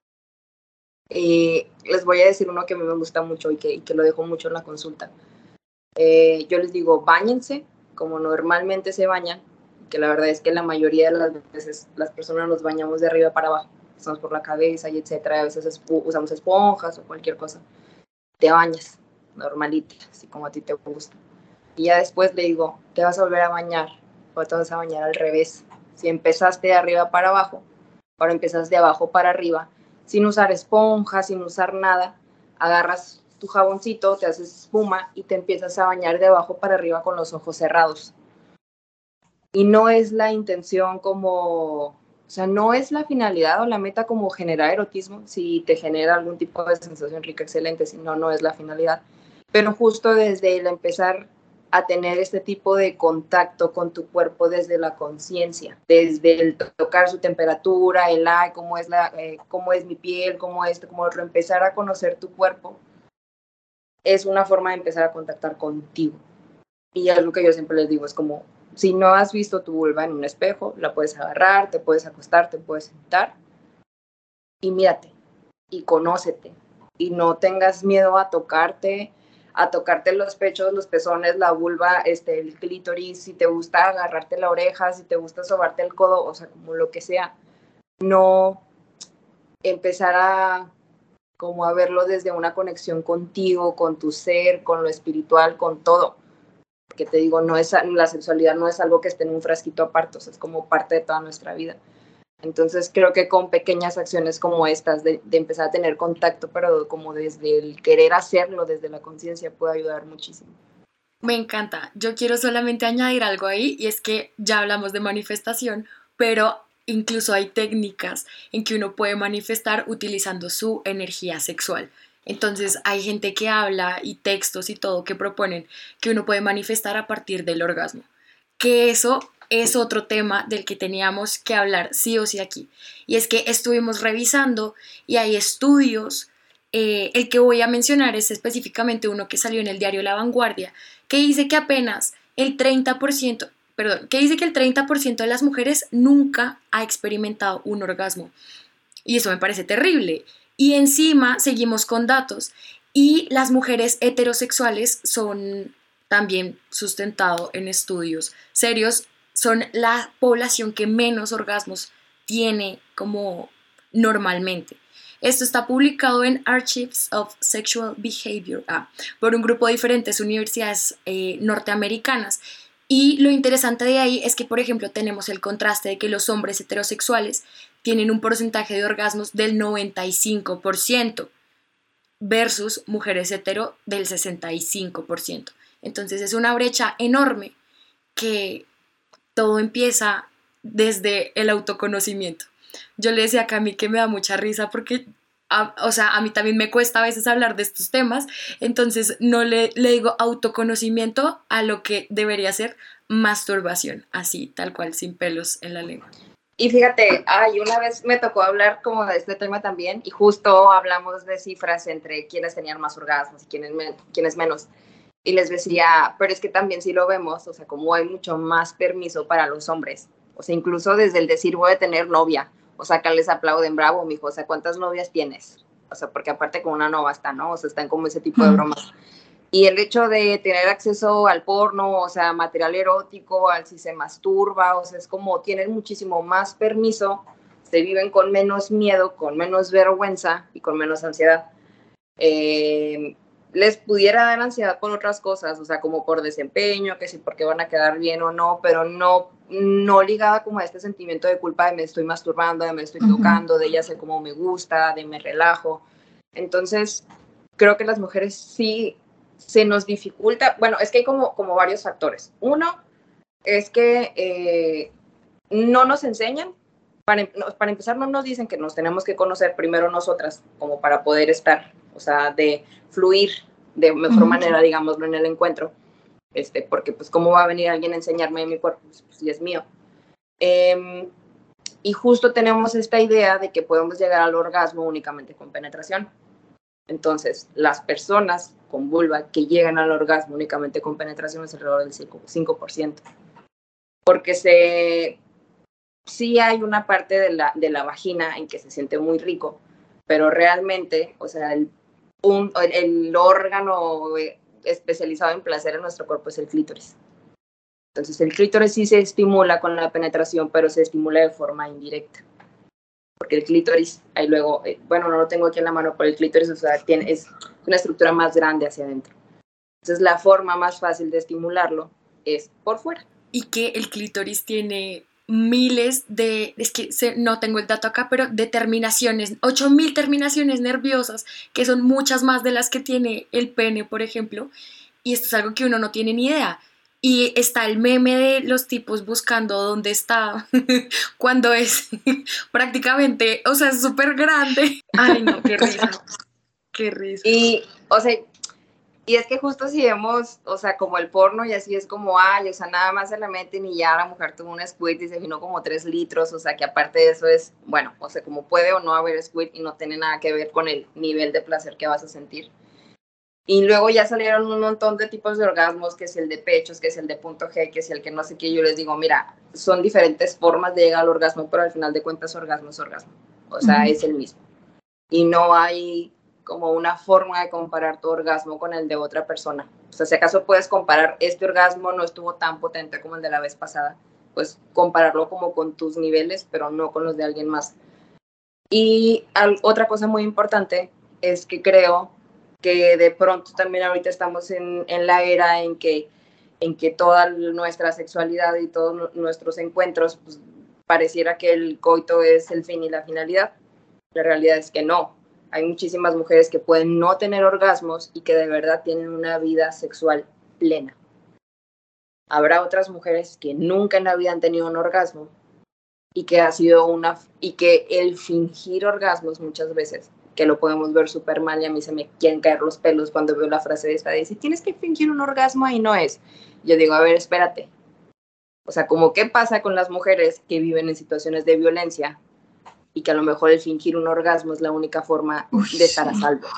Y les voy a decir uno que a mí me gusta mucho y que, y que lo dejo mucho en la consulta. Eh, yo les digo, báñense como normalmente se bañan, que la verdad es que la mayoría de las veces las personas nos bañamos de arriba para abajo, estamos por la cabeza y etcétera, a veces esp- usamos esponjas o cualquier cosa. Te bañas normalita, así como a ti te gusta. Y ya después le digo, te vas a volver a bañar, o te vas a bañar al revés. Si empezaste de arriba para abajo, ahora empiezas de abajo para arriba, sin usar esponja, sin usar nada, agarras tu jaboncito, te haces espuma y te empiezas a bañar de abajo para arriba con los ojos cerrados. Y no es la intención como, o sea, no es la finalidad o la meta como generar erotismo, si te genera algún tipo de sensación rica, excelente, si no, no es la finalidad. Pero justo desde el empezar a tener este tipo de contacto con tu cuerpo desde la conciencia, desde el tocar su temperatura, el ay, cómo es, la, eh, cómo es mi piel, cómo esto, cómo otro, empezar a conocer tu cuerpo, es una forma de empezar a contactar contigo. Y es lo que yo siempre les digo, es como, si no has visto tu vulva en un espejo, la puedes agarrar, te puedes acostar, te puedes sentar, y mírate, y conócete, y no tengas miedo a tocarte, a tocarte los pechos, los pezones, la vulva, este, el clítoris, si te gusta agarrarte la oreja, si te gusta sobarte el codo, o sea, como lo que sea. No empezar a, como a verlo desde una conexión contigo, con tu ser, con lo espiritual, con todo. porque te digo, no es, la sexualidad no es algo que esté en un frasquito aparte, o sea, es como parte de toda nuestra vida. Entonces creo que con pequeñas acciones como estas, de, de empezar a tener contacto, pero como desde el querer hacerlo, desde la conciencia, puede ayudar muchísimo. Me encanta. Yo quiero solamente añadir algo ahí, y es que ya hablamos de manifestación, pero incluso hay técnicas en que uno puede manifestar utilizando su energía sexual. Entonces hay gente que habla y textos y todo que proponen que uno puede manifestar a partir del orgasmo. Que eso es otro tema del que teníamos que hablar sí o sí aquí. Y es que estuvimos revisando y hay estudios, eh, el que voy a mencionar es específicamente uno que salió en el diario La Vanguardia, que dice que apenas el treinta por ciento, perdón, que dice que el treinta por ciento de las mujeres nunca ha experimentado un orgasmo. Y eso me parece terrible. Y encima seguimos con datos y las mujeres heterosexuales son también sustentado en estudios serios, son la población que menos orgasmos tiene como normalmente. Esto está publicado en Archives of Sexual Behavior ah, por un grupo de diferentes universidades eh, norteamericanas. Y lo interesante de ahí es que, por ejemplo, tenemos el contraste de que los hombres heterosexuales tienen un porcentaje de orgasmos del noventa y cinco por ciento versus mujeres hetero del sesenta y cinco por ciento. Entonces es una brecha enorme que todo empieza desde el autoconocimiento. Yo le decía a Cami que me da mucha risa porque, a, o sea, a mí también me cuesta a veces hablar de estos temas, entonces no le, le digo autoconocimiento a lo que debería ser masturbación, así, tal cual, sin pelos en la lengua. Y fíjate, ay, una vez me tocó hablar como de este tema también y justo hablamos de cifras entre quienes tenían más orgasmos y quienes, me, quienes menos. Y les decía, pero es que también si lo vemos, o sea, como hay mucho más permiso para los hombres, o sea, incluso desde el decir voy a tener novia, o sea, acá les aplauden, bravo, mijo, o sea, ¿cuántas novias tienes? O sea, porque aparte con una no basta, ¿no? O sea, están como ese tipo de bromas. Y el hecho de tener acceso al porno, o sea, material erótico, al si se masturba, o sea, es como tienen muchísimo más permiso, se viven con menos miedo, con menos vergüenza y con menos ansiedad. Eh, les pudiera dar ansiedad por otras cosas, o sea, como por desempeño, que si porque van a quedar bien o no, pero no, no ligada como a este sentimiento de culpa de me estoy masturbando, de me estoy tocando, uh-huh. de ya sé cómo me gusta, de me relajo. Entonces, creo que las mujeres sí se nos dificulta, bueno, es que hay como, como varios factores. Uno es que eh, no nos enseñan, para, para empezar no nos dicen que nos tenemos que conocer primero nosotras, como para poder estar, o sea, de fluir de mejor uh-huh. manera, digámoslo, en el encuentro, este, porque pues cómo va a venir alguien a enseñarme mi cuerpo, pues, pues si es mío. Eh, y justo tenemos esta idea de que podemos llegar al orgasmo únicamente con penetración. Entonces, las personas con vulva que llegan al orgasmo únicamente con penetración es alrededor del cinco por ciento. Porque se, sí hay una parte de la, de la vagina en que se siente muy rico, pero realmente, o sea, el, un, el órgano especializado en placer en nuestro cuerpo es el clítoris. Entonces, el clítoris sí se estimula con la penetración, pero se estimula de forma indirecta. Porque el clítoris, ahí luego, eh, bueno, no lo tengo aquí en la mano, pero el clítoris, o sea, tiene, es una estructura más grande hacia adentro. Entonces, la forma más fácil de estimularlo es por fuera. Y que el clítoris tiene miles de, es que se, no tengo el dato acá, pero de terminaciones, ocho mil terminaciones nerviosas, que son muchas más de las que tiene el pene, por ejemplo, y esto es algo que uno no tiene ni idea. Y está el meme de los tipos buscando dónde está cuando es prácticamente, o sea, es súper grande. Ay, no, qué risa, qué risa. Y, o sea, y es que justo si vemos, o sea, como el porno y así es como, ay, o sea, nada más se le meten y ya la mujer tuvo un squirt y se vino como tres litros, o sea, que aparte de eso es, bueno, o sea, como puede o no haber squirt y no tiene nada que ver con el nivel de placer que vas a sentir. Y luego ya salieron un montón de tipos de orgasmos, que es el de pechos, que es el de punto G, que es el que no sé qué. Yo les digo, mira, son diferentes formas de llegar al orgasmo, pero al final de cuentas orgasmo es orgasmo. O sea, uh-huh. es el mismo. Y no hay como una forma de comparar tu orgasmo con el de otra persona. O sea, si acaso puedes comparar, este orgasmo no estuvo tan potente como el de la vez pasada, pues compararlo como con tus niveles, pero no con los de alguien más. Y al, otra cosa muy importante es que creo que de pronto también ahorita estamos en, en la era en que en que toda nuestra sexualidad y todos nuestros encuentros, pues, pareciera que el coito es el fin y la finalidad. La realidad es que no. Hay muchísimas mujeres que pueden no tener orgasmos y que de verdad tienen una vida sexual plena. Habrá otras mujeres que nunca en la vida han tenido un orgasmo y que ha sido una y que el fingir orgasmos muchas veces, que lo podemos ver súper mal, y a mí se me quieren caer los pelos cuando veo la frase de esta, de decir, tienes que fingir un orgasmo y no es. Yo digo, a ver, espérate. O sea, como qué pasa con las mujeres que viven en situaciones de violencia y que a lo mejor el fingir un orgasmo es la única forma Uy, de estar a salvo.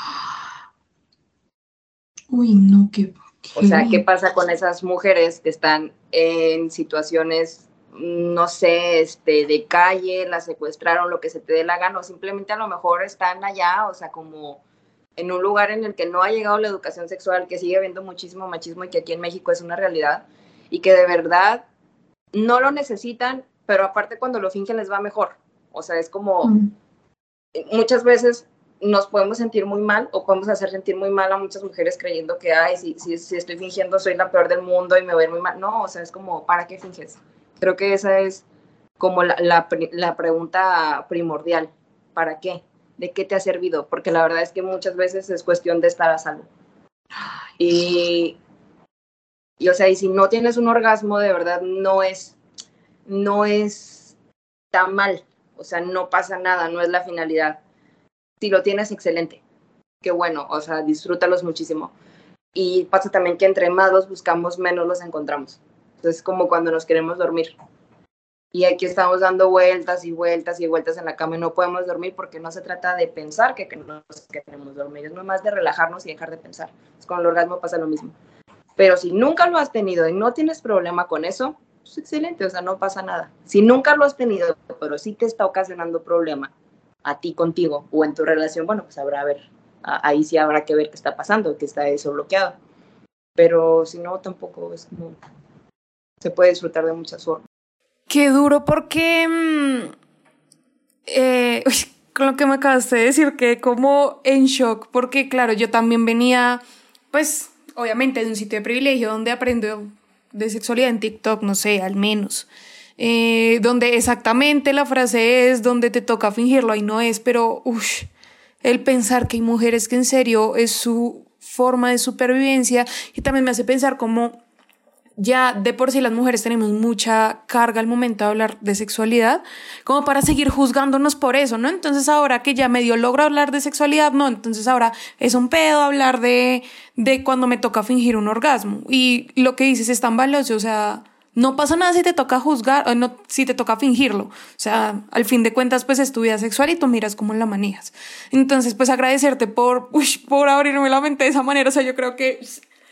Uy, no, qué... O sea, ¿qué pasa con esas mujeres que están en situaciones, no sé, este, de calle, las secuestraron, lo que se te dé la gana, o simplemente a lo mejor están allá, o sea, como en un lugar en el que no ha llegado la educación sexual, que sigue habiendo muchísimo machismo y que aquí en México es una realidad, y que de verdad no lo necesitan, pero aparte cuando lo fingen les va mejor. O sea, es como, mm. muchas veces nos podemos sentir muy mal o podemos hacer sentir muy mal a muchas mujeres creyendo que, ay, si, si, si estoy fingiendo soy la peor del mundo y me voy a ver muy mal. No, o sea, es como, ¿para qué finges? Creo que esa es como la, la, la pregunta primordial. ¿Para qué? ¿De qué te ha servido? Porque la verdad es que muchas veces es cuestión de estar a salvo. Y, y o sea, y si no tienes un orgasmo, de verdad no es, no es tan mal. O sea, no pasa nada, no es la finalidad. Si lo tienes, excelente. Qué bueno, o sea, disfrútalos muchísimo. Y pasa también que entre más los buscamos, menos los encontramos. Entonces es como cuando nos queremos dormir. Y aquí estamos dando vueltas y vueltas y vueltas en la cama y no podemos dormir porque no se trata de pensar que, que nos que queremos dormir. Es nomás de relajarnos y dejar de pensar. Es con el orgasmo pasa lo mismo. Pero si nunca lo has tenido y no tienes problema con eso, pues excelente, o sea, no pasa nada. Si nunca lo has tenido, pero sí te está ocasionando problema a ti contigo o en tu relación, bueno, pues habrá a ver, ahí sí habrá que ver qué está pasando, que está eso bloqueado. Pero si no, tampoco es como, se puede disfrutar de muchas formas. Qué duro porque, eh, con lo que me acabaste de decir, quedé como en shock, porque claro, yo también venía, pues, obviamente de un sitio de privilegio donde aprendo de sexualidad en TikTok, no sé, al menos. Eh, donde exactamente la frase es donde te toca fingirlo, ahí no es, pero uff, el pensar que hay mujeres que en serio es su forma de supervivencia, y también me hace pensar como ya de por sí las mujeres tenemos mucha carga al momento de hablar de sexualidad, como para seguir juzgándonos por eso, ¿no? Entonces ahora que ya medio logro hablar de sexualidad, no, entonces ahora es un pedo hablar de, de cuando me toca fingir un orgasmo, y lo que dices es tan valioso, o sea, no pasa nada si te toca juzgar o no, si te toca fingirlo. O sea, al fin de cuentas, pues es tu vida sexual y tú miras cómo la manejas. Entonces, pues agradecerte por, uy, por abrirme la mente de esa manera. O sea, yo creo que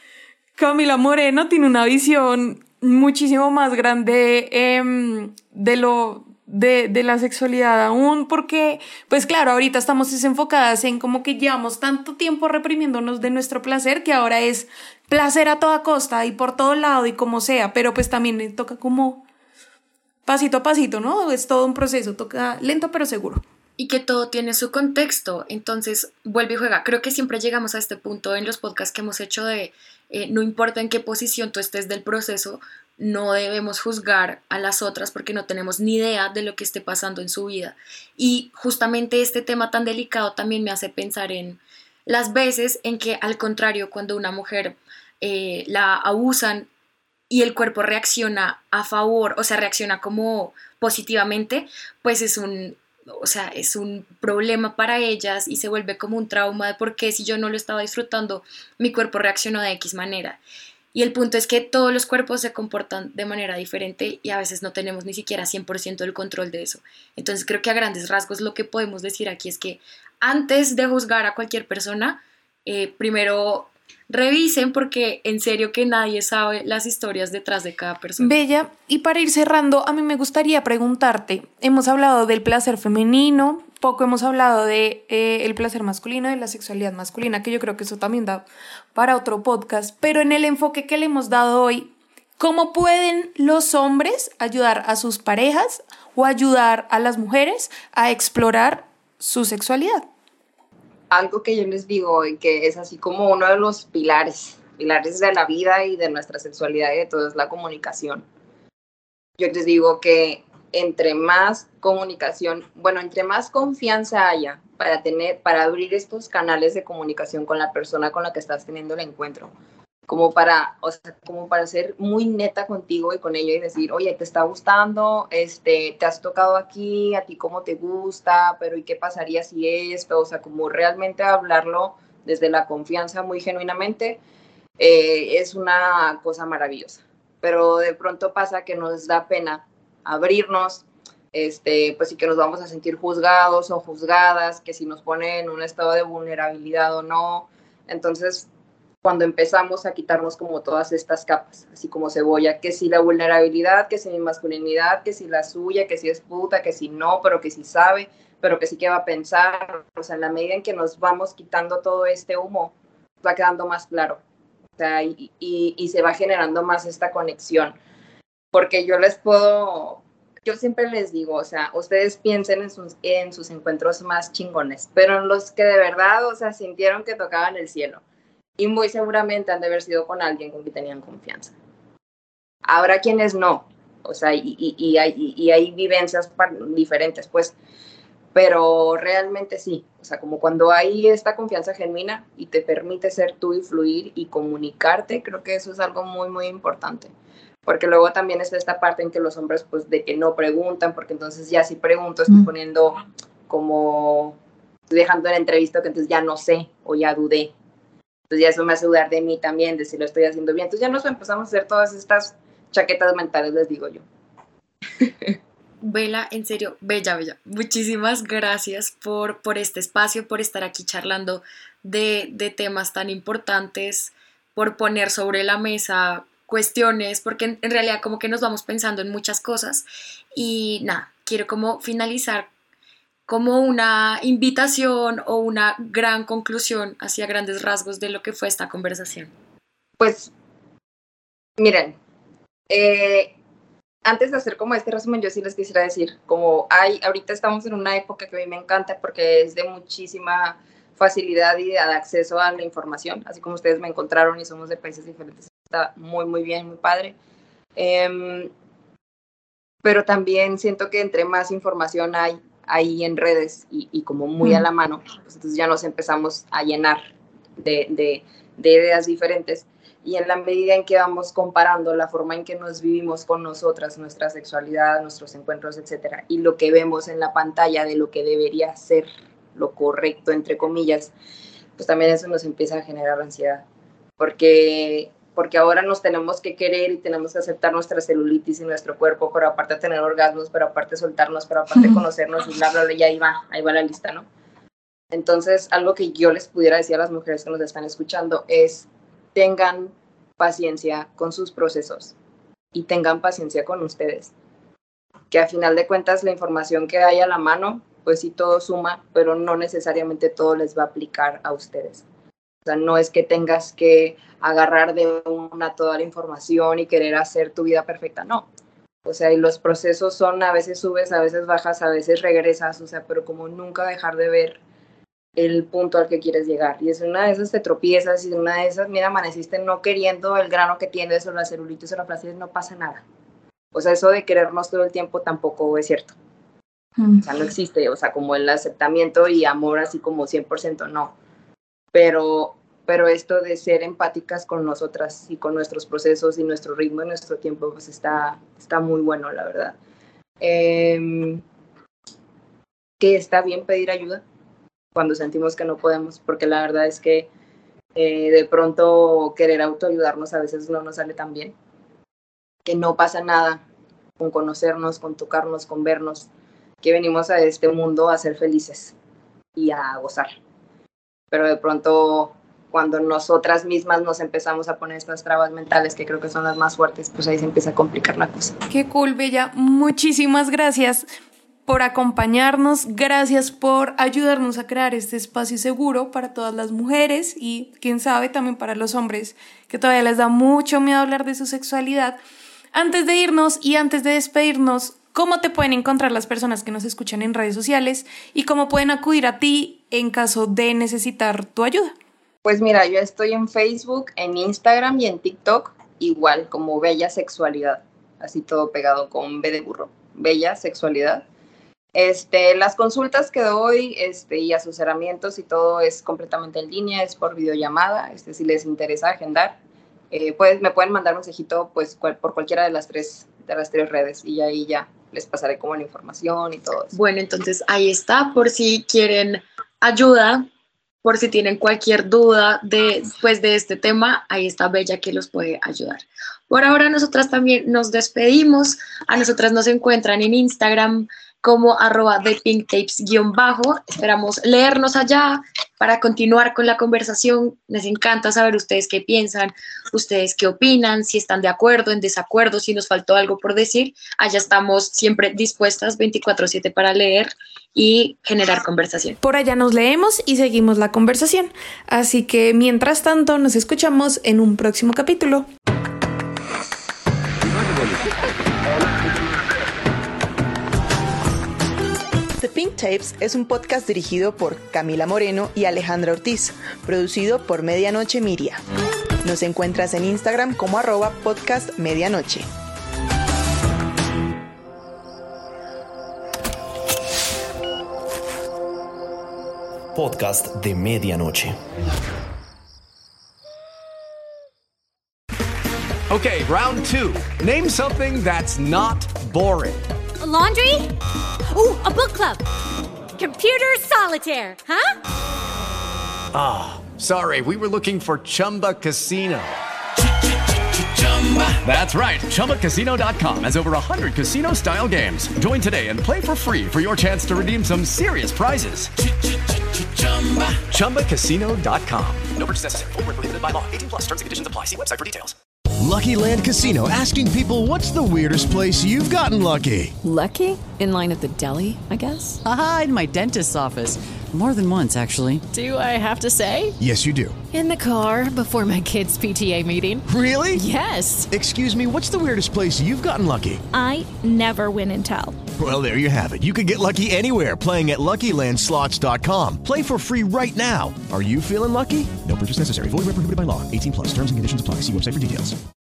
Camila Moreno tiene una visión muchísimo más grande eh, de lo... De, de la sexualidad aún, porque pues claro, ahorita estamos desenfocadas en como que llevamos tanto tiempo reprimiéndonos de nuestro placer que ahora es placer a toda costa y por todo lado y como sea, pero pues también toca como pasito a pasito, ¿no? Es todo un proceso, toca lento pero seguro. Y que todo tiene su contexto, entonces vuelve y juega. Creo que siempre llegamos a este punto en los podcasts que hemos hecho de eh, no importa en qué posición tú estés del proceso, no debemos juzgar a las otras porque no tenemos ni idea de lo que esté pasando en su vida. Y justamente este tema tan delicado también me hace pensar en las veces en que, al contrario, cuando una mujer eh, la abusan y el cuerpo reacciona a favor, o sea, reacciona como positivamente, pues es un, o sea, es un problema para ellas y se vuelve como un trauma de por qué si yo no lo estaba disfrutando, mi cuerpo reaccionó de X manera. Y el punto es que todos los cuerpos se comportan de manera diferente y a veces no tenemos ni siquiera cien por ciento el control de eso. Entonces creo que a grandes rasgos lo que podemos decir aquí es que antes de juzgar a cualquier persona, eh, primero revisen porque en serio que nadie sabe las historias detrás de cada persona. Bella, y para ir cerrando, a mí me gustaría preguntarte, hemos hablado del placer femenino, poco hemos hablado de eh, el placer masculino, de la sexualidad masculina, que yo creo que eso también da para otro podcast, pero en el enfoque que le hemos dado hoy, ¿cómo pueden los hombres ayudar a sus parejas o ayudar a las mujeres a explorar su sexualidad? Algo que yo les digo y que es así como uno de los pilares pilares de la vida y de nuestra sexualidad y de todo es la comunicación. Yo les digo que entre más comunicación, bueno, entre más confianza haya para tener, para abrir estos canales de comunicación con la persona con la que estás teniendo el encuentro, como para, o sea, como para ser muy neta contigo y con ella y decir, oye, te está gustando, este, te has tocado aquí, a ti cómo te gusta, pero ¿y qué pasaría si esto? O sea, como realmente hablarlo desde la confianza muy genuinamente, eh, es una cosa maravillosa. Pero de pronto pasa que nos da pena abrirnos, este, pues sí que nos vamos a sentir juzgados o juzgadas, que si nos pone en un estado de vulnerabilidad o no. Entonces, cuando empezamos a quitarnos como todas estas capas, así como cebolla, que si la vulnerabilidad, que si mi masculinidad, que si la suya, que si es puta, que si no, pero que si sabe, pero que sí que va a pensar, o sea, en la medida en que nos vamos quitando todo este humo, va quedando más claro, o sea, y, y, y se va generando más esta conexión, porque yo les puedo, yo siempre les digo, o sea, ustedes piensen en sus, en sus encuentros más chingones, pero en los que de verdad, o sea, sintieron que tocaban el cielo. Y muy seguramente han de haber sido con alguien con quien tenían confianza. Habrá quienes no, o sea, y, y, y, hay, y hay vivencias diferentes, pues, pero realmente sí, o sea, como cuando hay esta confianza genuina y te permite ser tú y fluir y comunicarte, creo que eso es algo muy, muy importante. Porque luego también está esta parte en que los hombres, pues, de que no preguntan, porque entonces ya si pregunto estoy poniendo como, estoy dejando en la entrevista que entonces ya no sé o ya dudé. Entonces ya eso me hace dudar de mí también, de si lo estoy haciendo bien. Entonces ya nos empezamos a hacer todas estas chaquetas mentales, les digo yo. Vela, en serio, bella, bella. Muchísimas gracias por, por este espacio, por estar aquí charlando de, de temas tan importantes, por poner sobre la mesa cuestiones, porque en, en realidad como que nos vamos pensando en muchas cosas. Y nada, quiero como finalizar como una invitación o una gran conclusión hacia grandes rasgos de lo que fue esta conversación. Pues, miren, eh, antes de hacer como este resumen, yo sí les quisiera decir, como hay, ahorita estamos en una época que a mí me encanta porque es de muchísima facilidad y de acceso a la información, así como ustedes me encontraron y somos de países diferentes, está muy, muy bien, muy padre. Eh, pero también siento que entre más información hay, ahí en redes y, y como muy a la mano, pues entonces ya nos empezamos a llenar de, de, de ideas diferentes y en la medida en que vamos comparando la forma en que nos vivimos con nosotras, nuestra sexualidad, nuestros encuentros, etcétera, y lo que vemos en la pantalla de lo que debería ser lo correcto, entre comillas, pues también eso nos empieza a generar ansiedad, porque... porque ahora nos tenemos que querer y tenemos que aceptar nuestra celulitis y nuestro cuerpo, pero aparte tener orgasmos, pero aparte soltarnos, pero aparte conocernos y bla, bla, bla, y ahí va, ahí va la lista, ¿no? Entonces, algo que yo les pudiera decir a las mujeres que nos están escuchando es, tengan paciencia con sus procesos y tengan paciencia con ustedes. Que a final de cuentas la información que hay a la mano, pues sí todo suma, pero no necesariamente todo les va a aplicar a ustedes. O sea, no es que tengas que agarrar de una toda la información y querer hacer tu vida perfecta, no. O sea, y los procesos son, a veces subes, a veces bajas, a veces regresas, o sea, pero como nunca dejar de ver el punto al que quieres llegar. Y es una de esas te tropiezas y una de esas, mira, amaneciste no queriendo el grano que tienes o la celulitis o la flacidez, no pasa nada. O sea, eso de querernos todo el tiempo tampoco es cierto. Mm. O sea, no existe, o sea, como el aceptamiento y amor así como cien por ciento, no. Pero, pero esto de ser empáticas con nosotras y con nuestros procesos y nuestro ritmo y nuestro tiempo, pues está, está muy bueno, la verdad. Eh, que está bien pedir ayuda cuando sentimos que no podemos, porque la verdad es que eh, de pronto querer autoayudarnos a veces no nos sale tan bien. Que no pasa nada con conocernos, con tocarnos, con vernos, que venimos a este mundo a ser felices y a gozar. Pero de pronto, cuando nosotras mismas nos empezamos a poner estas trabas mentales, que creo que son las más fuertes, pues ahí se empieza a complicar la cosa. Qué cool, Bella. Muchísimas gracias por acompañarnos. Gracias por ayudarnos a crear este espacio seguro para todas las mujeres y, quién sabe, también para los hombres, que todavía les da mucho miedo hablar de su sexualidad. Antes de irnos y antes de despedirnos, ¿cómo te pueden encontrar las personas que nos escuchan en redes sociales y cómo pueden acudir a ti en caso de necesitar tu ayuda? Pues mira, yo estoy en Facebook, en Instagram y en TikTok, igual como Bella Sexualidad, así todo pegado con B de burro, Bella Sexualidad. Este, las consultas que doy este, y asesoramientos y todo es completamente en línea, es por videollamada, este, si les interesa agendar, eh, pues me pueden mandar un mensajito pues, cual, por cualquiera de las, tres, de las tres redes y ahí ya les pasaré como la información y todo eso. Bueno, entonces ahí está, por si quieren ayuda, por si tienen cualquier duda de, pues, de este tema, ahí está Bella que los puede ayudar. Por ahora nosotras también nos despedimos, a nosotras nos encuentran en Instagram como arroba de pinktapes guión bajo, esperamos leernos allá para continuar con la conversación, les encanta saber ustedes qué piensan, ustedes qué opinan, si están de acuerdo, en desacuerdo, si nos faltó algo por decir, allá estamos siempre dispuestas veinticuatro siete para leer y generar conversación. Por allá nos leemos y seguimos la conversación, así que mientras tanto nos escuchamos en un próximo capítulo. The Pink Tapes es un podcast dirigido por Camila Moreno y Alejandra Ortiz, producido por Medianoche Media. Nos encuentras en Instagram como arroba podcast medianoche. Podcast de medianoche. Okay, round two. Name something that's not boring. A laundry? Ooh, a book club. Computer solitaire, huh? Ah, oh, sorry, we were looking for Chumba Casino. That's right, Chumba Casino dot com has over one hundred casino-style games. Join today and play for free for your chance to redeem some serious prizes. Chumba Casino dot com. No purchase necessary. Void where prohibited by law. eighteen plus terms and conditions apply. See website for details. Lucky Land Casino, asking people, what's the weirdest place you've gotten lucky? Lucky? In line at the deli, I guess? Aha, in my dentist's office. More than once, actually. Do I have to say? Yes, you do. In the car before my kids' P T A meeting. Really? Yes. Excuse me, what's the weirdest place you've gotten lucky? I never win and tell. Well, there you have it. You can get lucky anywhere, playing at Lucky Land Slots dot com. Play for free right now. Are you feeling lucky? No purchase necessary. Void where prohibited by law. eighteen plus. Terms and conditions apply. See website for details.